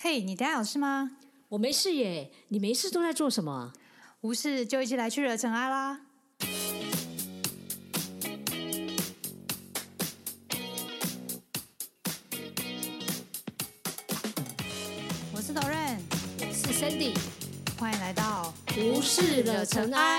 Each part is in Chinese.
嘿，你等一下有事吗？ 我没事耶，你没事都在做什么啊？ 无事就一起来去惹尘埃啦！我是导任， 我是 Sandy， 欢迎来到无事惹尘埃。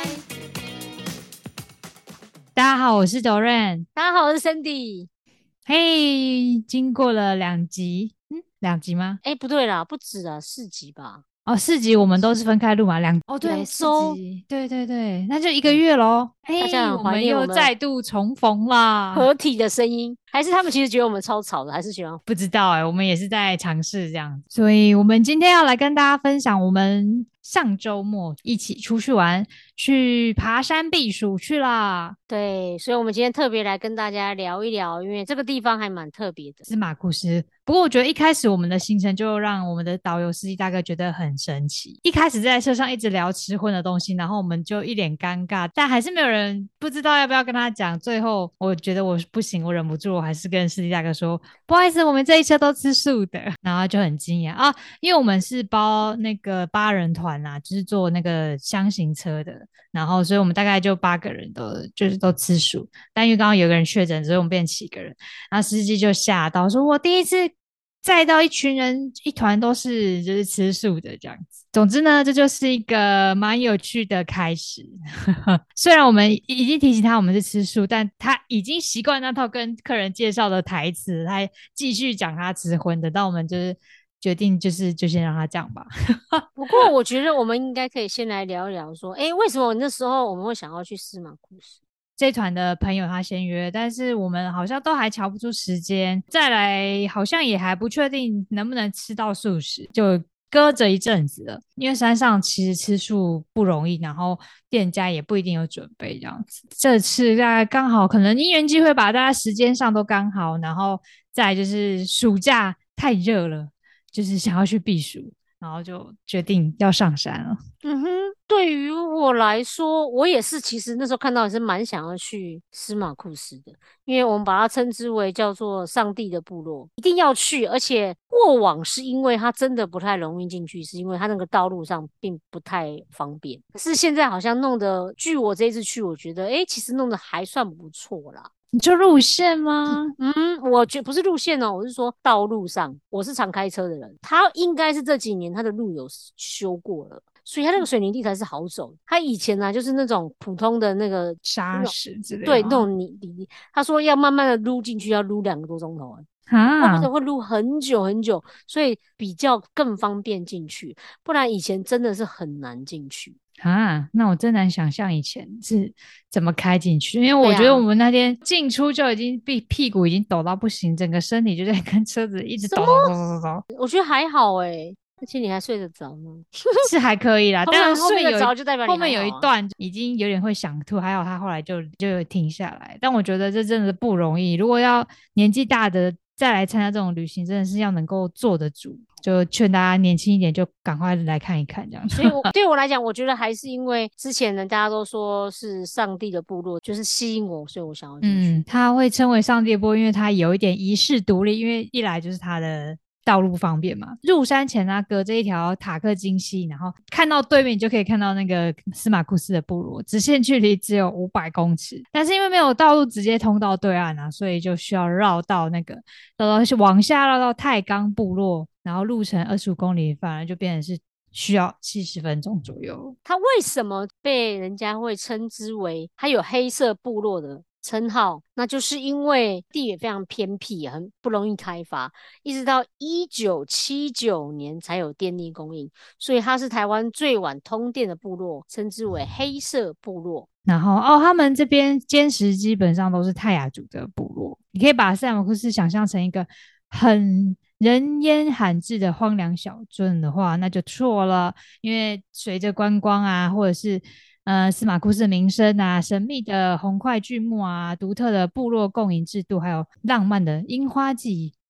大家好，我是 Doreen。 大家好，我是 Sandy。 嘿，经过了2集，2集吗？ 不对啦，不止啦，4集吧。 哦，4集我们都是分开录嘛，对 2 ，4 周， 集，对，那就1个月咯。 大家很我们又怀念我们再度重逢啦。 合体的声音，还是他们其实觉得我们超吵的，还是喜欢？ 不知道我们也是在尝试这样，所以我们今天要来跟大家分享我们上周末一起出去玩，去爬山避暑去啦。 对，所以我们今天特别来跟大家聊一聊，因为这个地方还蛮特别的。 司马库斯。不过我觉得一开始我们的行程就让我们的导游司机大哥觉得很神奇。一开始在车上一直聊吃荤的东西，然后我们就一脸尴尬，但还是没有人不知道要不要跟他讲。最后我觉得我不行，我忍不住，我还是跟司机大哥说，不好意思，我们这一车都吃素的。然后就很惊讶啊，因为我们是包那个8人团啊，就是坐那个箱型车的，然后所以我们大概就8个人就是都吃素，但因为刚刚有个人确诊，所以我们变7个人。然后司机就吓到说：“我第一次载到一群人，一团都是就是吃素的这样子。”总之呢，这就是一个蛮有趣的开始。虽然我们已经提醒他我们是吃素，但他已经习惯那套跟客人介绍的台词，他还继续讲他吃荤的。但我们就是决定就先让他这样吧。 不过我觉得我们应该可以先来聊一聊，说，为什么那时候我们会想要去司马库斯？ 这团的朋友他先约，但是我们好像都还瞧不出时间，再来好像也还不确定能不能吃到素食，就搁着一阵子了。因为山上其实吃素不容易，然后店家也不一定有准备这样子。这次大概刚好可能因缘机会吧，大家时间上都刚好，然后再来就是暑假太热了，就是想要去避暑，然后就决定要上山了。 嗯哼，对于我来说，我也是，其实那时候看到也是蛮想要去司马库斯的，因为我们把它称之为叫做上帝的部落，一定要去。而且过往是因为它真的不太容易进去，是因为它那个道路上并不太方便。可是现在好像弄得，据我这一次去，我觉得其实弄得还算不错啦。 你说路线吗？ 我觉得不是路线哦，我是说道路上，我是常开车的人，他应该是这几年他的路有修过了。所以它那个水泥地才是好走。它以前呢、就是那种普通的那个沙石之类的对，那吗？ 种泥。他说要慢慢的撸进去，要撸2个多钟头。那为什啊么会撸很久很久？所以比较更方便进去，不然以前真的是很难进去。 那我真难想象以前是怎么开进去，因为对啊， 我觉得我们那天进出就已经屁股已经抖到不行，整个身体就在跟车子一直什么？ 抖， 我觉得还好而且你还睡得着吗？ 是还可以啦。 通但常睡得着就代表你后面有一还好啊。 段已经有点会想吐，还好他后来就有停下来。但我觉得这真的不容易，如果要年纪大的再来参加这种旅行，真的是要能够坐得住。就劝大家年轻一点，就赶快来看一看这样。 所以对我来讲，我觉得还是因为之前人家都说是上帝的部落，就是吸引我，所以我想要进去。 他会称为上帝波，因为他有一点遗世独立，因为一来就是他的道路方便嘛，入山前啊，隔着一条塔克金溪，然后看到对面就可以看到那个司马库斯的部落，直线距离只有500公尺，但是因为没有道路直接通到对岸啊，所以就需要绕到往下绕到太冈部落，然后路程25公里，反而就变成是需要70分钟左右。 它为什么被人家会称之为它有黑色部落的称号？那就是因为地也非常偏僻，很不容易开发，一直到1979年才有电力供应，所以它是台湾最晚通电的部落，称之为黑色部落。 然后他们这边坚石基本上都是泰雅族的部落，你可以把塞马库斯想象成一个很人烟罕至的荒凉小镇的话，那就错了。因为随着观光啊，或者是司马库斯的名声啊，神秘的红块巨木啊，独特的部落共赢制度，还有浪漫的樱花季，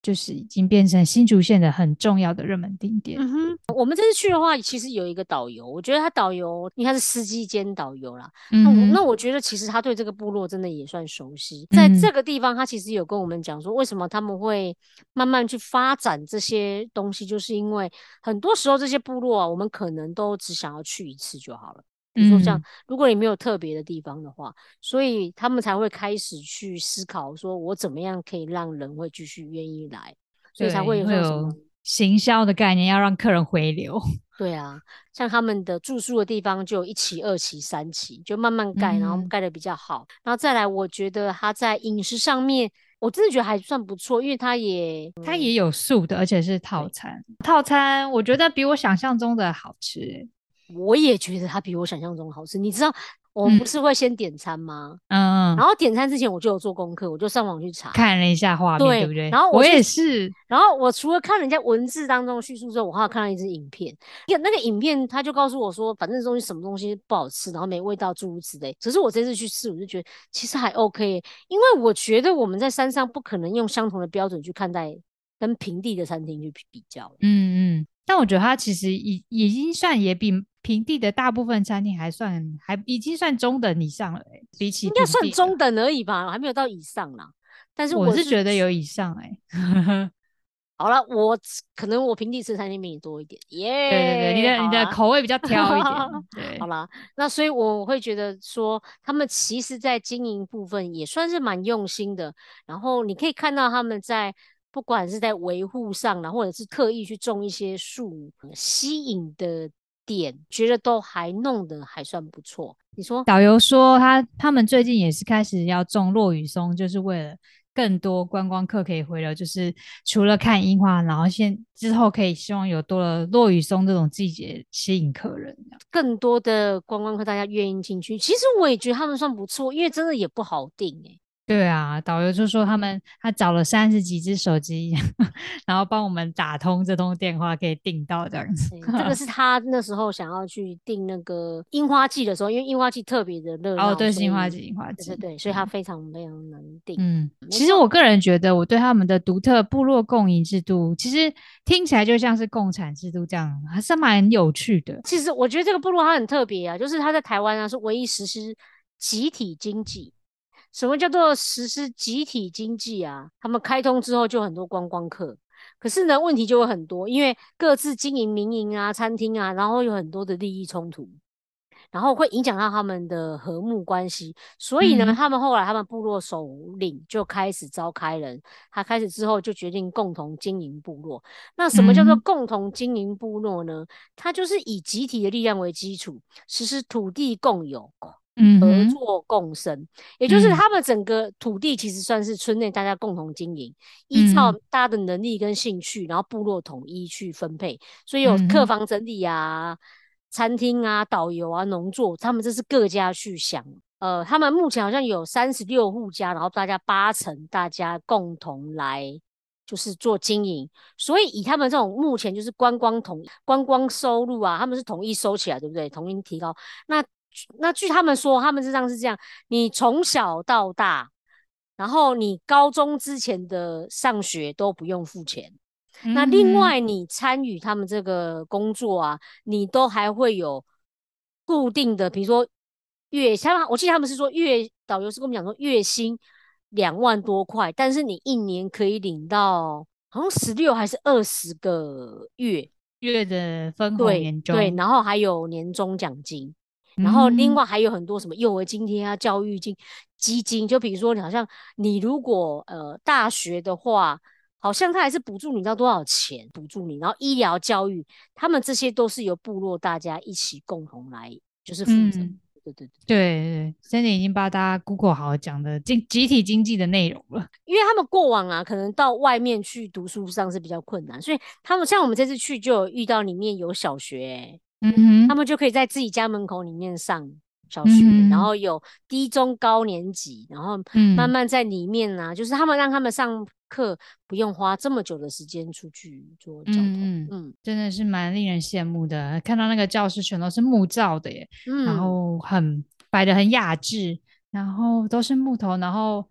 就是已经变成新竹县的很重要的热门景点。 我们这次去的话，其实有一个导游，我觉得他导游应该是司机兼导游啦。那我觉得其实他对这个部落真的也算熟悉，在这个地方他其实有跟我们讲说，为什么他们会慢慢去发展这些东西，就是因为很多时候这些部落啊，我们可能都只想要去一次就好了。比如说像如果你没有特别的地方的话，所以他们才会开始去思考说我怎么样可以让人会继续愿意来，所以才会有像什么行销的概念，要让客人回流。 对啊，像他们的住宿的地方就有1期、2期、3期，就慢慢盖，然后盖得比较好。然后再来，我觉得他在饮食上面，我真的觉得还算不错，因为他也有素的，而且是套餐。套餐我觉得比我想象中的好吃欸。 我也觉得它比我想象中好吃。你知道我们不是会先点餐吗？然后点餐之前我就有做功课，我就上网去查， 看了一下画面，对不对？ 然后我也是。 然后我除了看人家文字当中的叙述之后，我还有看到一支影片。那个影片他就告诉我说，反正这东西什么东西不好吃，然后没味道，诸如此类。只是我这次去试，我就觉得其实还 OK，因为我觉得我们在山上不可能用相同的标准去看待跟平地的餐厅去比较。 但我觉得它其实已经算也比平地的大部分餐厅还已经算中等以上了欸，比起应该算中等而已吧，还没有到以上啦。但是我是觉得有以上欸。 好了，可能我平地吃餐厅比你多一点，耶、 对，你的口味比较挑一点。对， 好啦，那所以我会觉得说，他们其实在经营部分也算是蛮用心的。然后你可以看到他们在不管是在维护上啦，或者是刻意去种一些树，吸引的点，觉得都还弄得还算不错。你说导游说他们最近也是开始要种落羽松，就是为了更多观光客可以回流，就是除了看樱花，然后之后可以希望有多了落羽松这种季节吸引客人， 更多的观光客大家愿意进去。其实我也觉得他们算不错，因为真的也不好定欸。 对啊，导游就说他找了30几只手机，然后帮我们打通这通电话，可以订到这样子。 这个是他那时候想要去订那个樱花季的时候，因为樱花季特别的热闹。 对，樱花季， 对，所以他非常非常难订。 其实我个人觉得，我对他们的独特部落共赢制度，其实听起来就像是共产制度这样，还是蛮有趣的。 其实我觉得这个部落它很特别啊，就是它在台湾啊是唯一实施集体经济。什么叫做实施集体经济啊？他们开通之后就很多观光客，可是呢问题就会很多，因为各自经营民营啊、餐厅啊，然后有很多的利益冲突，然后会影响到他们的和睦关系。所以呢，他们后来他们部落首领就开始召开人，他开始之后就决定共同经营部落。那什么叫做共同经营部落呢？它就是以集体的力量为基础，实施土地共有。合作共生，也就是他们整个土地其实算是村内大家共同经营，依照大家的能力跟兴趣，然后部落统一去分配，所以有客房整理啊、餐厅啊、导游啊、农作，他们这是各家去想。他们目前好像有36户家，然后大家8成大家共同来就是做经营，所以以他们这种目前就是观光收入啊，他们是统一收起来，对不对？统一提高。那据他们说，他们是这样，你从小到大，然后你高中之前的上学都不用付钱。那另外你参与他们这个工作啊，你都还会有固定的，比如说我记得他们是说导游是跟我们讲说月薪2万多块，但是你一年可以领到好像16还是20个月的分红年终， 对，然后还有年终奖金。然后另外还有很多什么幼儿津贴啊、教育基金，就比如说好像你如果大学的话，好像他还是补助你到多少钱，补助你，然后医疗教育，他们这些都是由部落大家一起共同来就是负责。 对，真的已经把大家 Google 好讲的集体经济的内容了。 因为他们过往啊，可能到外面去读书上是比较困难，所以他们像我们这次去就有遇到里面有小学他们就可以在自己家门口里面上小学，然后有低中高年级，然后慢慢在里面啊，就是他们让他们上课不用花这么久的时间出去做交通。 真的是蛮令人羡慕的。看到那个教室全都是木造的耶，然后摆得很雅致，然后都是木头，然后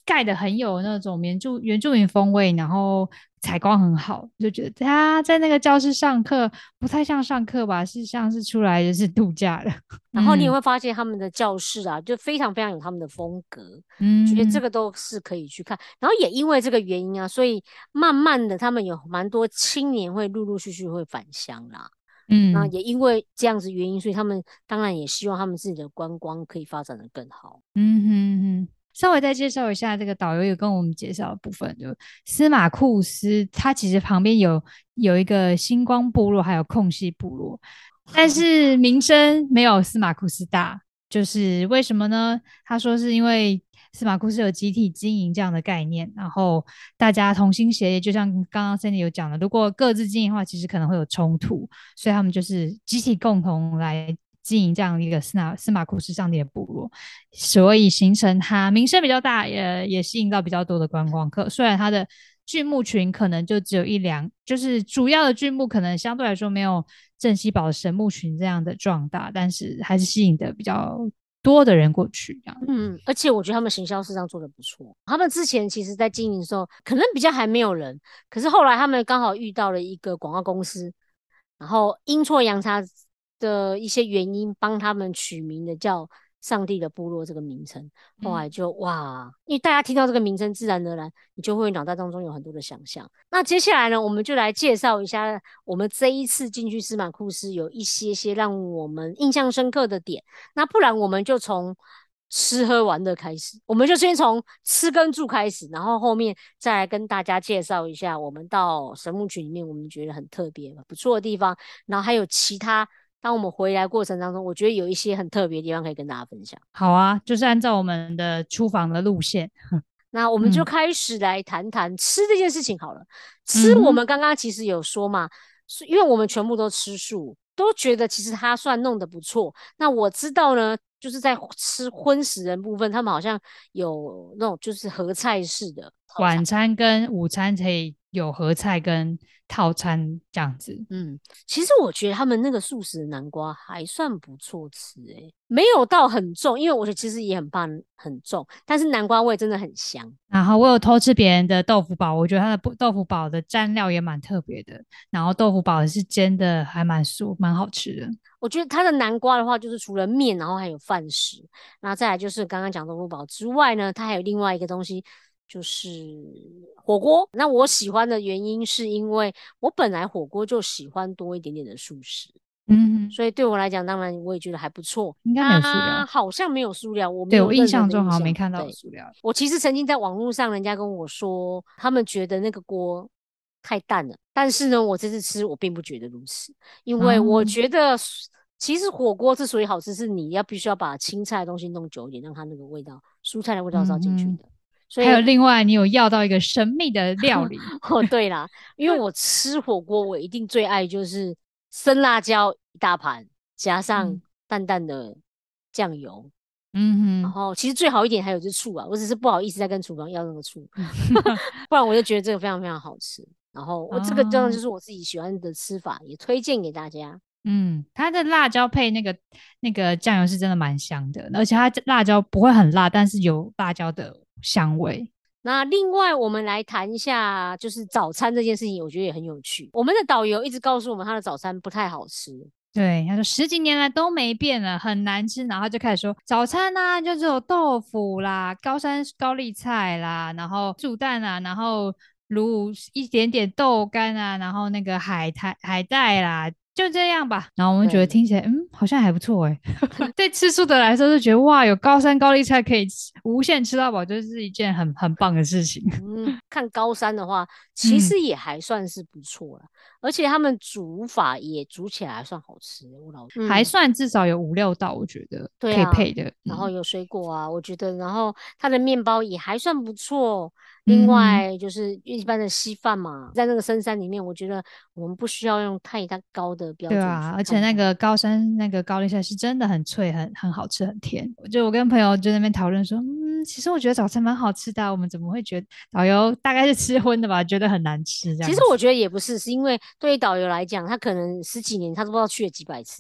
盖的很有那种原住民风味，然后采光很好，就觉得他在那个教室上课不太像上课吧，是像是出来就是度假的。 然后你也嗯会发现他们的教室啊，就非常非常有他们的风格，觉得这嗯个都是可以去看。然后也因为这个原因啊，所以慢慢的他们有蛮多青年会陆陆续续会返乡啦。那嗯也因为这样子原因，所以他们当然也希望他们自己的观光可以发展的更好。 嗯哼哼。稍微再介绍一下这个导游有跟我们介绍的部分，就司马库斯，它其实旁边有一个星光部落，还有空隙部落，但是名声没有司马库斯大，就是为什么呢？他说是因为司马库斯有集体经营这样的概念，然后大家同心协力，就像刚刚 Cindy 有讲的，如果各自经营的话，其实可能会有冲突，所以他们就是集体共同来经营这样一个司马库斯上帝的部落，所以形成它名声比较大，也吸引到比较多的观光客。虽然它的剧目群可能就只有一两，就是主要的剧目可能相对来说没有镇西堡的神木群这样的壮大，但是还是吸引的比较多的人过去。这样， 而且我觉得他们行销市场做的不错。他们之前其实在经营的时候，可能比较还没有人，可是后来他们刚好遇到了一个广告公司，然后阴错阳差的一些原因，帮他们取名的叫“上帝的部落”这个名称。后来就哇，因为大家听到这个名称，自然而然你就会脑袋当中有很多的想象。那接下来呢，我们就来介绍一下我们这一次进去司马库斯有一些让我们印象深刻的点。那不然我们就从吃喝玩乐开始，我们就先从吃跟住开始，然后后面再来跟大家介绍一下我们到神木群里面我们觉得很特别不错的地方，然后还有其他当我们回来过程当中，我觉得有一些很特别的地方可以跟大家分享。 好啊，就是按照我们的出访的路线。 那我们就嗯开始来谈谈吃这件事情好了。吃我嗯哼们刚刚其实有说嘛，因为我们全部都吃素，都觉得其实它算弄得不错。那我知道呢，就是在吃荤食的部分，他们好像有那种就是合菜式的套餐。 晚餐跟午餐可以有合菜跟套餐这样子。 其实我觉得他们那个素食的南瓜还算不错吃没有到很重，因为我觉得其实也很怕很重，但是南瓜味真的很香。 然后我有偷吃别人的豆腐堡，我觉得它的豆腐堡的蘸料也蛮特别的，然后豆腐堡也是煎的，还蛮酥，蛮好吃的。 我觉得它的南瓜的话，就是除了面，然后还有饭食，然后再来就是刚刚讲豆腐堡之外呢，它还有另外一个东西，就是火锅。那我喜欢的原因是因为我本来火锅就喜欢多一点点的素食， 嗯， 所以对我来讲，当然我也觉得还不错。 应该没有塑料。 它好像没有塑料，我没对，我印有任何象中好像没的印象。 看到有对， 塑料。 我其实曾经在网络上，人家跟我说，他们觉得那个锅太淡了，但是呢，我这次吃我并不觉得如此，因为我哦， 觉得其实火锅之所以好吃，是你必须要把青菜的东西弄久一点，让它那个味道，蔬菜的味道是要嗯哼， 进去的。所以， 还有另外你有要到一个神秘的料理。 哦，对啦，因为我吃火锅，我一定最爱就是生辣椒一大盘，加上嗯淡淡的酱油，然嗯后其实最好一点还有就是醋啊，我只是不好意思再跟厨房要那个醋， 哼， 不然我就觉得这个非常非常好吃。然后我这个当然就哦， 是我自己喜欢的吃法，也推荐给大家。 它的辣椒配那个酱油是真的蛮香的，而且它辣椒不会很辣，但是有辣椒的香味。 那另外我们来谈一下，就是早餐这件事情，我觉得也很有趣。我们的导游一直告诉我们他的早餐不太好吃， 对，他说十几年来都没变了，很难吃。然后就开始说早餐呢、就只有豆腐啦、高山高丽菜啦，然后煮蛋啊，然后卤一点点豆干啊，然后那个海带啦，就这样吧。然后我们觉得对， 听起来，好像还不错诶。对吃素的来说，就觉得哇，有高山高丽菜可以无限吃到饱，就是一件很棒的事情。 看高山的话，其嗯， 实也还算是不错啦，而且他们煮法也煮起来还算好吃。我老， 还算至少有5、6道，我觉得可以对啊， 配的。嗯然后有水果啊，我觉得，然后它的面包也还算不错。另嗯哼。 外就是一般的稀饭嘛，在那个深山里面，我觉得我们不需要用太大高的标对啊， 准去而且看它。 那个高山那个高丽菜是真的很脆，很好吃，很甜。我跟朋友就在那边讨论说，其实我觉得早餐蛮好吃的啊我们怎么会觉得导游大概是吃荤的吧，觉得很难吃这样子。 其实我觉得也不是，是因为对于导游来讲，他可能十几年他都不知道去了几百次，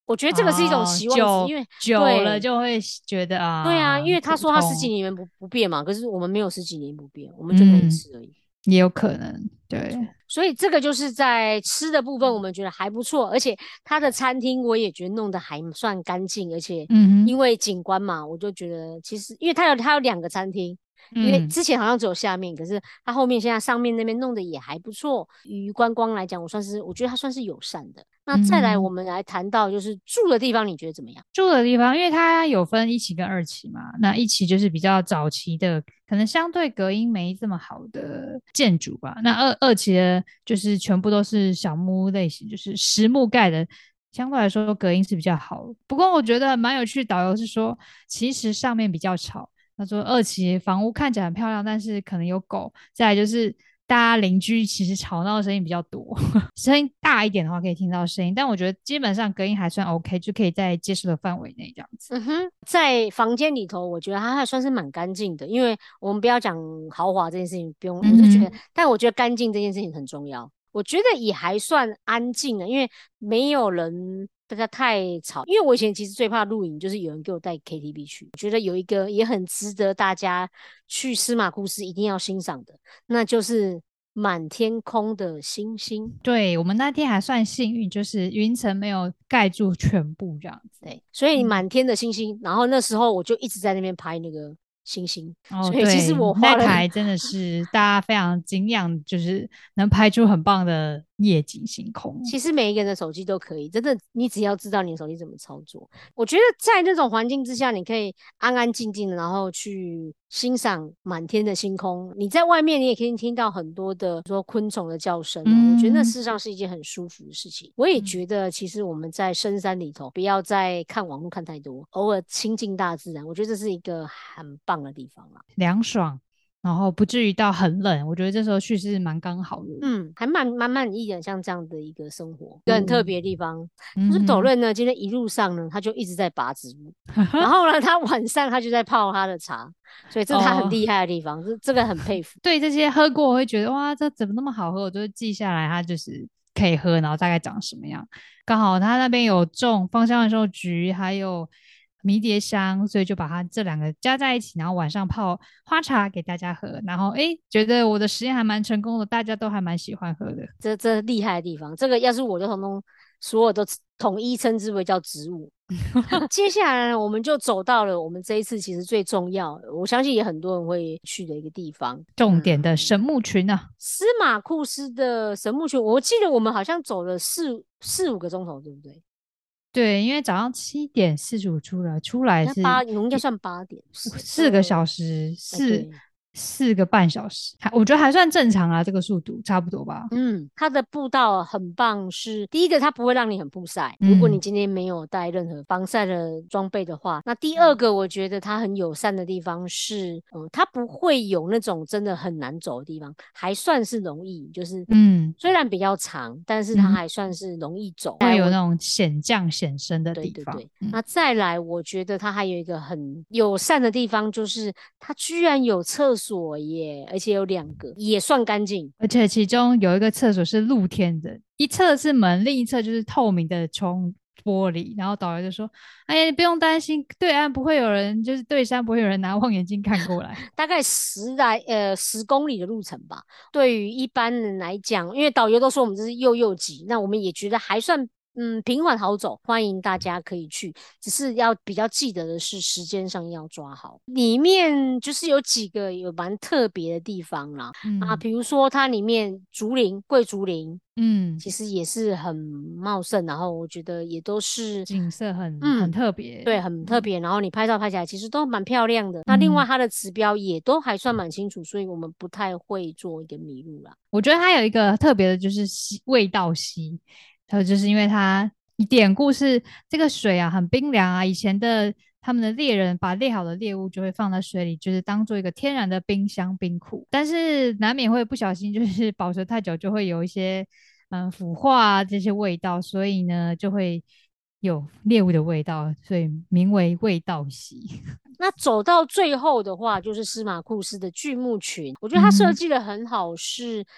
我觉得这个是一种期望值，因为久了对就会觉得对啊，因为他说他十几普通年不变嘛，可是我们没有十几年不变，我们就那一次而已。 也有可能，对， 没错，所以这个就是在吃的部分，我们觉得还不错，而且他的餐厅我也觉得弄得还算干净，而且因为景观嘛，我就觉得其实因为他有2个餐厅，因为之前好像只有下面，可是他后面现在上面那边弄得也还不错。于观光来讲，我觉得他算是友善的。那再来，我们来谈到就是住的地方，你觉得怎么样？ 住的地方，因为它有分1期跟2期嘛，那1期就是比较早期的，可能相对隔音没这么好的建筑吧。那二期的，就是全部都是小木屋类型，就是实木盖的，相对来说隔音是比较好。不过我觉得蛮有趣，导游是说，其实上面比较吵。他说2期房屋看起来很漂亮，但是可能有狗。再来就是大家邻居其实吵闹的声音比较多，声音大一点的话可以听到声音，但我觉得基本上隔音还算 OK，就可以在接受的范围内这样子。 在房间里头，我觉得它还算是蛮干净的，因为我们不要讲豪华这件事情，不用，我是觉得，但我觉得干净这件事情很重要。我觉得也还算安静的，因为没有人大家太吵。因为我以前其实最怕露营，就是有人给我带 KTV 去。我觉得有一个也很值得大家去司马库斯一定要欣赏的，那就是满天空的星星。 对，我们那天还算幸运，就是云层没有盖住全部这样子。 对，所以满天的星星，然后那时候我就一直在那边拍那个星星。 哦， 所以其实对，那我花了台真的是大家非常敬仰，就是能拍出很棒的夜景星空。 其实每一个人的手机都可以，真的，你只要知道你的手机怎么操作。我觉得在那种环境之下，你可以安安静静的，然后去欣赏满天的星空。你在外面，你也可以听到很多的说昆虫的叫声啊。我觉得那事实上是一件很舒服的事情。我也觉得，其实我们在深山里头，不要再看网络看太多，偶尔亲近大自然，我觉得这是一个很棒的地方啦。 凉爽，然后不至于到很冷，我觉得这时候去是蛮刚好的。 还蛮满意的，像这样的一个生活，一个很特别的地方。就是斗润呢，今天一路上呢，他就一直在拔植物，然后呢，他晚上他就在泡他的茶，所以这是他很厉害的地方，这个很佩服。 对这些喝过，我会觉得哇，这怎么那么好喝，我就会记下来，它就是可以喝，然后大概长什么样。刚好他那边有种芳香的时候菊，还有迷迭香，所以就把它这2个加在一起，然后晚上泡花茶给大家喝。然后觉得我的实验还蛮成功的，大家都还蛮喜欢喝的。 这厉害的地方，这个要是我就所有都统一称之为叫植物。接下来呢，我们就走到了我们这一次其实最重要，我相信也很多人会去的一个地方， 重点的神木群啊， 司马库斯的神木群。我记得我们好像走了4-5个钟头，对不对？ 对，因为早上7:45出来是应该算8点 4个小时，四个半小时，我觉得还算正常啊，这个速度差不多吧。 它的步道很棒，是第一个，它不会让你很曝晒。如果你今天没有带任何防晒的装备的话，那第二个，我觉得它很友善的地方是，它不会有那种真的很难走的地方，还算是容易，就是虽然比较长，但是它还算是容易走， 会有那种险降险深的地方。 对。那再来，我觉得它还有一个很友善的地方，就是它居然有厕所耶，而且有2个，也算干净。 而且其中有一个厕所是露天的，一侧是门，另一侧就是透明的窗玻璃。然后导游就说：“哎呀，你不用担心，对岸不会有人，就是对山不会有人拿望远镜看过来。” 大概10公里的路程吧。对于一般人来讲，因为导游都说我们这是又急，那我们也觉得还算平缓好走，欢迎大家可以去，只是要比较记得的是时间上要抓好。里面就是有几个有蛮特别的地方啦，比如说它里面桂竹林，其实也是很茂盛，然后我觉得也都是景色很特别， 对，很特别。然后你拍照拍起来其实都蛮漂亮的。那另外它的指标也都还算蛮清楚，所以我们不太会做一个迷路啦。 我觉得它有一个特别的就是味道溪。还有就是因为它典故是这个水啊很冰凉啊，以前的他们的猎人把猎好的猎物就会放在水里，就是当做一个天然的冰箱冰库，但是难免会不小心就是保存太久，就会有一些腐化啊这些味道，所以呢就会有猎物的味道，所以名为味道溪。 那走到最后的话，就是司马库斯的巨木群，我觉得它设计的很好，是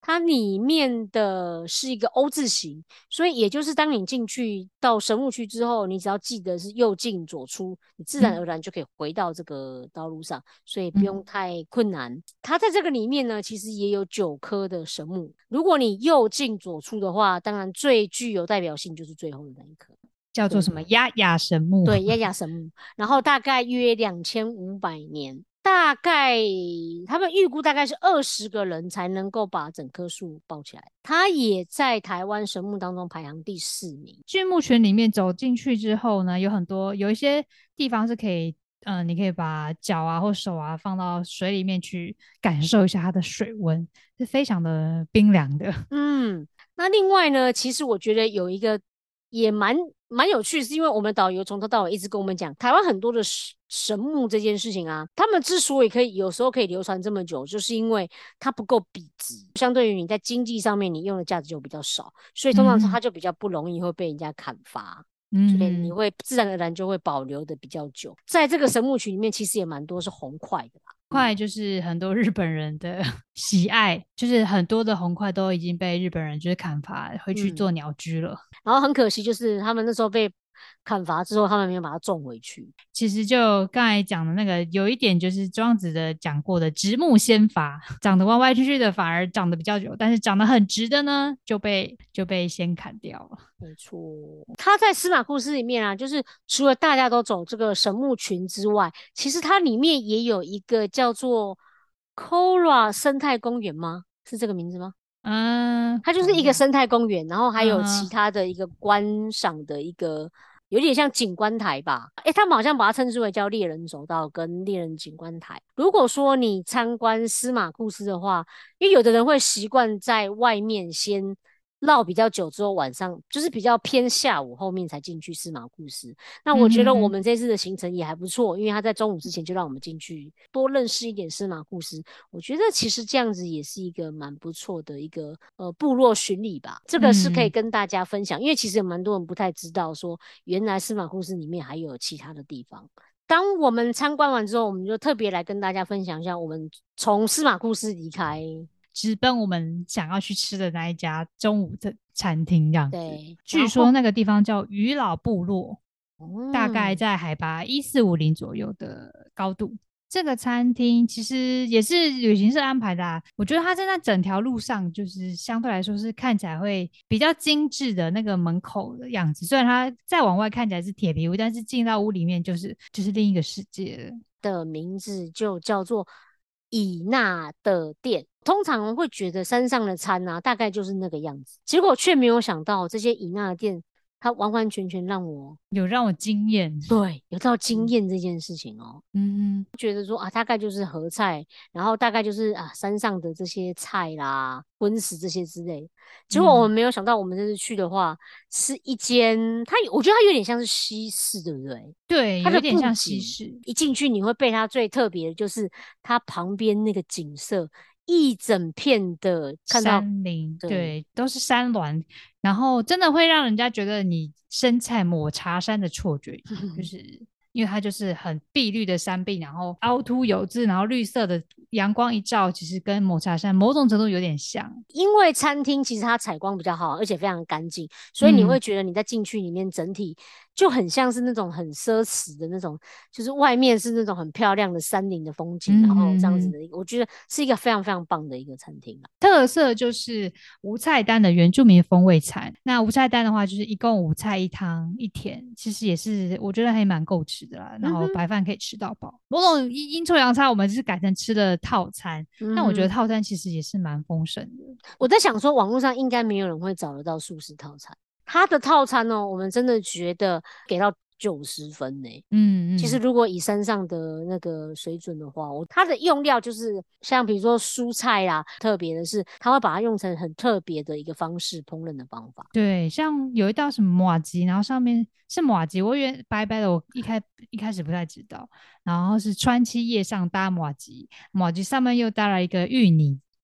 它里面的是一个 O 字形，所以也就是当你进去到神木区之后，你只要记得是右进左出，你自然而然就可以回到这个道路上，所以不用太困难。它在这个里面呢，其实也有9棵的神木。如果你右进左出的话，当然最具有代表性就是最后的那一棵， 叫做什么亚亚神木？ 对，亚亚神木。然后大概约2500年。大概他们预估大概是20个人才能够把整棵树抱起来。它也在台湾神木当中排行第4名。 巨木群里面走进去之后呢，有一些地方是可以，你可以把脚啊或手啊放到水里面去感受一下它的水温，是非常的冰凉的。 那另外呢，其实我觉得有一个也蛮有趣，是因为我们导游从头到尾一直跟我们讲，台湾很多的神木这件事情啊，他们之所以有时候可以流传这么久，就是因为它不够笔直，相对于你在经济上面你用的价值就比较少，所以通常它就比较不容易会被人家砍伐。所以你会自然而然就会保留的比较久。在这个神木群里面，其实也蛮多是红块的啦。 块就是很多日本人的喜爱，就是很多的红块都已经被日本人就是砍伐，会去做鸟居了。 然后很可惜，就是他们那时候被砍伐之后，他们没有把它种回去。 其实就刚才讲的那个，有一点就是庄子的讲过的直木先伐，长得弯弯曲曲的反而长得比较久，但是长得很直的呢，就被先砍掉了。 没错，它在司马库斯里面啊，就是除了大家都走这个神木群之外，其实它里面也有一个叫做 Kora 生态公园吗？是这个名字吗？它就是一个生态公园，然后还有其他的一个观赏的一个，有点像景观台吧。他们好像把它称之为叫猎人走道跟猎人景观台。如果说你参观司马库斯的话，因为有的人会习惯在外面先绕比较久之后，晚上就是比较偏下午后面才进去司马库斯。那我觉得我们这次的行程也还不错，因为他在中午之前就让我们进去多认识一点司马库斯。我觉得其实这样子也是一个蛮不错的一个部落巡礼吧。这个是可以跟大家分享，因为其实有蛮多人不太知道说原来司马库斯里面还有其他的地方。当我们参观完之后，我们就特别来跟大家分享一下我们从司马库斯离开， 直奔我们想要去吃的那一家中午的餐厅这样子。 对， 据说那个地方叫渔老部落，大概在海拔1450左右的高度。这个餐厅其实也是旅行社安排的我觉得它在那整条路上，就是相对来说是看起来会比较精致的那个门口的样子。虽然它再往外看起来是铁皮屋，但是进到屋里面就是另一个世界了。 的名字就叫做以纳的店。通常会觉得山上的餐啊，大概就是那个样子，结果却没有想到这些以纳的店，它完完全全让我惊艳。 对，有到惊艳这件事情哦。觉得说大概就是合菜，然后大概就是山上的这些菜啦、荤食这些之类。结果我们没有想到，我们这次去的话，是一间我觉得它有点像是西式，对不对？ 对， 它有点像西式。 一进去你会被它最特别的就是它旁边那个景色。一整片的看到山林，对，都是山峦，然后真的会让人家觉得你身在抹茶山的错觉，就是因为它就是很碧绿的山壁，然后凹凸有致，然后绿色的阳光一照，其实跟抹茶山某种程度有点像。 因为餐厅其实它采光比较好，而且非常干净，所以你会觉得你在进去里面整体就很像是那种很奢侈的那种，就是外面是那种很漂亮的山林的风景，然后这样子的一个，我觉得是一个非常非常棒的一个餐厅啦。 特色就是无菜单的原住民风味餐。那无菜单的话，就是一共5菜1汤1甜，其实也是我觉得还蛮够吃的啦。然后白饭可以吃到饱。某种阴错阳差，我们是改成吃了套餐，但我觉得套餐其实也是蛮丰盛的。 我在想说，网络上应该没有人会找得到素食套餐。它的套餐哦，我们真的觉得给到90分呢。其实如果以山上的那个水准的话，它的用料就是像比如说蔬菜啦，特别的是它会把它用成很特别的一个方式烹饪的方法。 对，像有一道什么麻糬，然后上面是麻糬，我以为白白的，我一开始不太知道。然后是川七叶上搭麻糬，麻糬上面又搭了一个芋泥。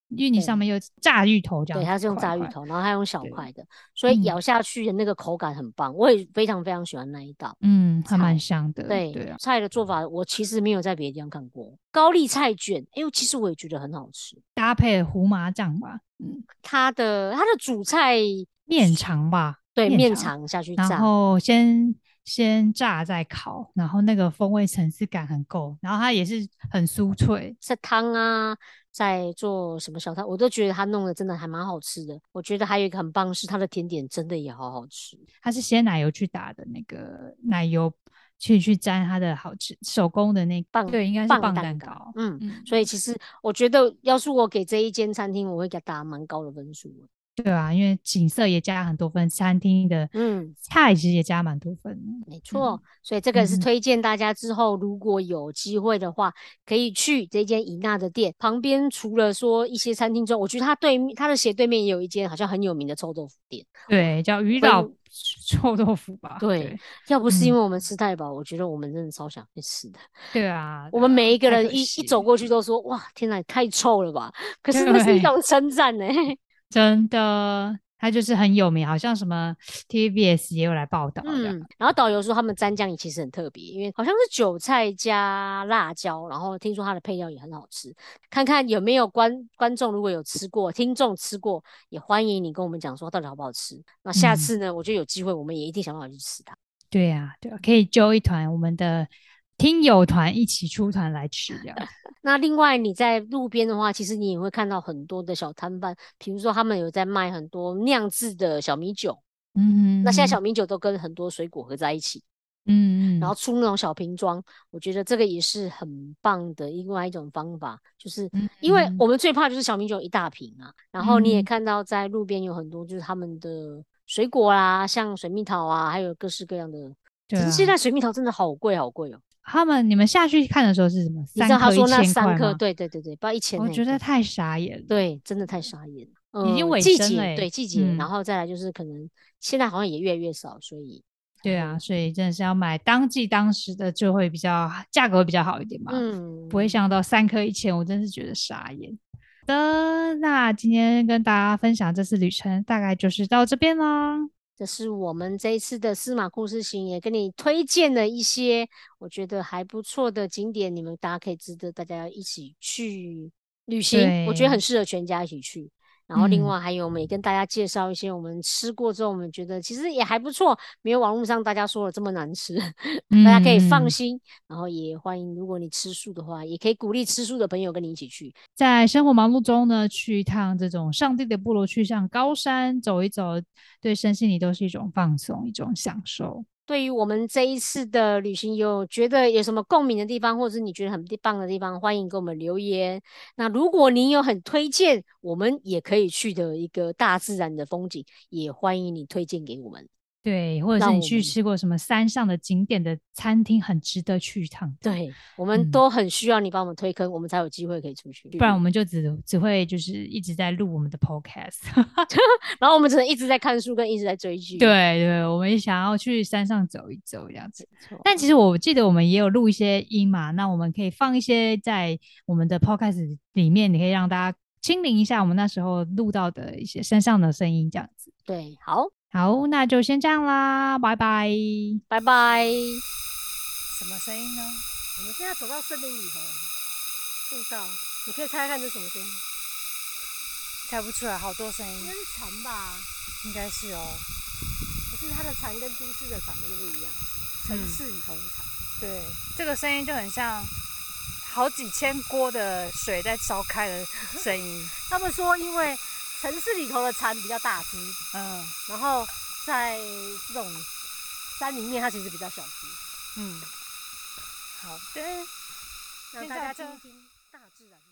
因为你上面有炸芋头这样对， 子， 它是用炸芋块块。 头，然后它用小对， 块的，所以咬下去的那个口感很棒，我也非常非常喜欢那一道还蛮菜。 香的。 对， 对啊， 菜的做法我其实没有在别的地方看过。高丽菜卷，其实我也觉得很好吃。 搭配胡麻酱吧， 它的主菜， 面肠吧， 对， 面肠， 面肠下去然炸， 后先炸再烤，然后那个风味层次感很够，然后它也是很酥脆。 在汤啊，在做什么小汤，我都觉得它弄的真的还蛮好吃的。我觉得还有一个很棒是它的甜点真的也好好吃。 它是鲜奶油去打的那个奶油去沾它的好吃手工的那棒对，应该是棒棒蛋糕， 蛋糕。 所以其实我觉得，要是我给这一间餐厅，我会给它打蛮高的分数的。 对啊，因为景色也加很多分，餐厅的嗯， 菜其实也加蛮多分的。 没错，所以这个是嗯哼， 推荐大家之后如果有机会的话，可以去这间伊娜的店旁边。除了说一些餐厅之外，我觉得它的斜对面也有一间好像很有名的臭豆腐店。 对，叫鱼岛我们臭豆腐吧。 对， 对， 要不是因嗯， 为我们吃太饱，我觉得我们真的超想去吃的。 对啊， 我们每对啊，太一个人一可惜了。 走过去都说：“哇，天哪，也太臭了吧！”可是那是一对， 种称赞呢。 真的，它就是很有名，好像什么 TVBS 也有来报道这样。 然后导游说他们蘸酱也其实很特别，因为好像是韭菜加辣椒，然后听说它的配料也很好吃。看看有没有观众如果有吃过，听众吃过，也欢迎你跟我们讲说到底好不好吃。那下嗯， 次呢，我觉得有机会我们也一定想办法去吃它。 对呀，对啊，可以揪一团我们的听友团一起出团来吃这样子。 那另外你在路边的话，其实你也会看到很多的小摊贩，比如说他们有在卖很多酿制的小米酒。那现在嗯哼小米酒都跟很多水果合在一起，然后嗯出那种小瓶装，我觉得这个也是很棒的另外一种方法。就是因为嗯我们最怕就是小米酒一大瓶啊，然后你也嗯， 看到在路边有很多就是他们的水果啦，像水蜜桃啊，还有各式各样的。 对啊， 可是现在水蜜桃真的好贵好贵哦。 你们下去看的时候是什么？ 你知道他三颗一说那三颗， 千块吗？ 对对对对，不要1000 我呢，对觉得太傻眼了， 对，真的太傻眼了。 已经尾季节声了欸。 对季节，然嗯， 后再来就是可能现在好像也越来越少，所以对啊，所以真的是要买当季当时的就会比较价格会比较好一点嘛，不会嗯， 像到三颗一千，我真是觉得傻眼。好的，那今天跟大家分享这次旅程大概就是到这边啦。 这是我们这一次的司马库斯行，也跟你推荐了一些我觉得还不错的景点，你们大家可以值得大家一起去旅行，我觉得很对， 适合全家一起去。然后另嗯外还有，我们也跟大家介绍一些我们吃过之后，我们觉得其实也还不错，没有网络上大家说的这么难吃，大家可以放嗯嗯， 心。然后也欢迎，如果你吃素的话，也可以鼓励吃素的朋友跟你一起去。 在生活忙碌中呢，去一趟这种上帝的部落，去上高山走一走，对身心里都是一种放松，一种享受。 对于我们这一次的旅行，有觉得有什么共鸣的地方，或者是你觉得很棒的地方，欢迎给我们留言。那如果你有很推荐我们也可以去的一个大自然的风景，也欢迎你推荐给我们， 对，或者是你去让我们吃过什么山上的景点的餐厅，很值得去一趟的。 对我们嗯， 都很需要你帮我们推坑，我们才有机会可以出去。 不然我们就只会就是一直在录我们的 podcast。 然后我们只能一直在看书，跟一直在追剧。 对对，我们也想要去山上走一走这样子。 没错， 但其实我记得我们也有录一些音嘛，那我们可以放一些在我们的 podcast 里面，你可以让大家亲临一下我们那时候录到的一些山上的声音这样子。 对，好， 好，那就先这样啦，拜拜。 拜拜。 什么声音呢？ 我们现在走到森林里头，步道，你可以猜猜看这是什么声音？ 猜不出来，好多声音， 应该是蝉吧？ 应该是哦。 可是它的蝉跟都市的蝉是不一样，城市里头的蝉。 对，这个声音就很像好几千锅的水在烧开的声音。 他们说，因为城市里头的蝉比较大只，然后在这种山里面，它其实比较小只。 好的， 让大家听一听大自然。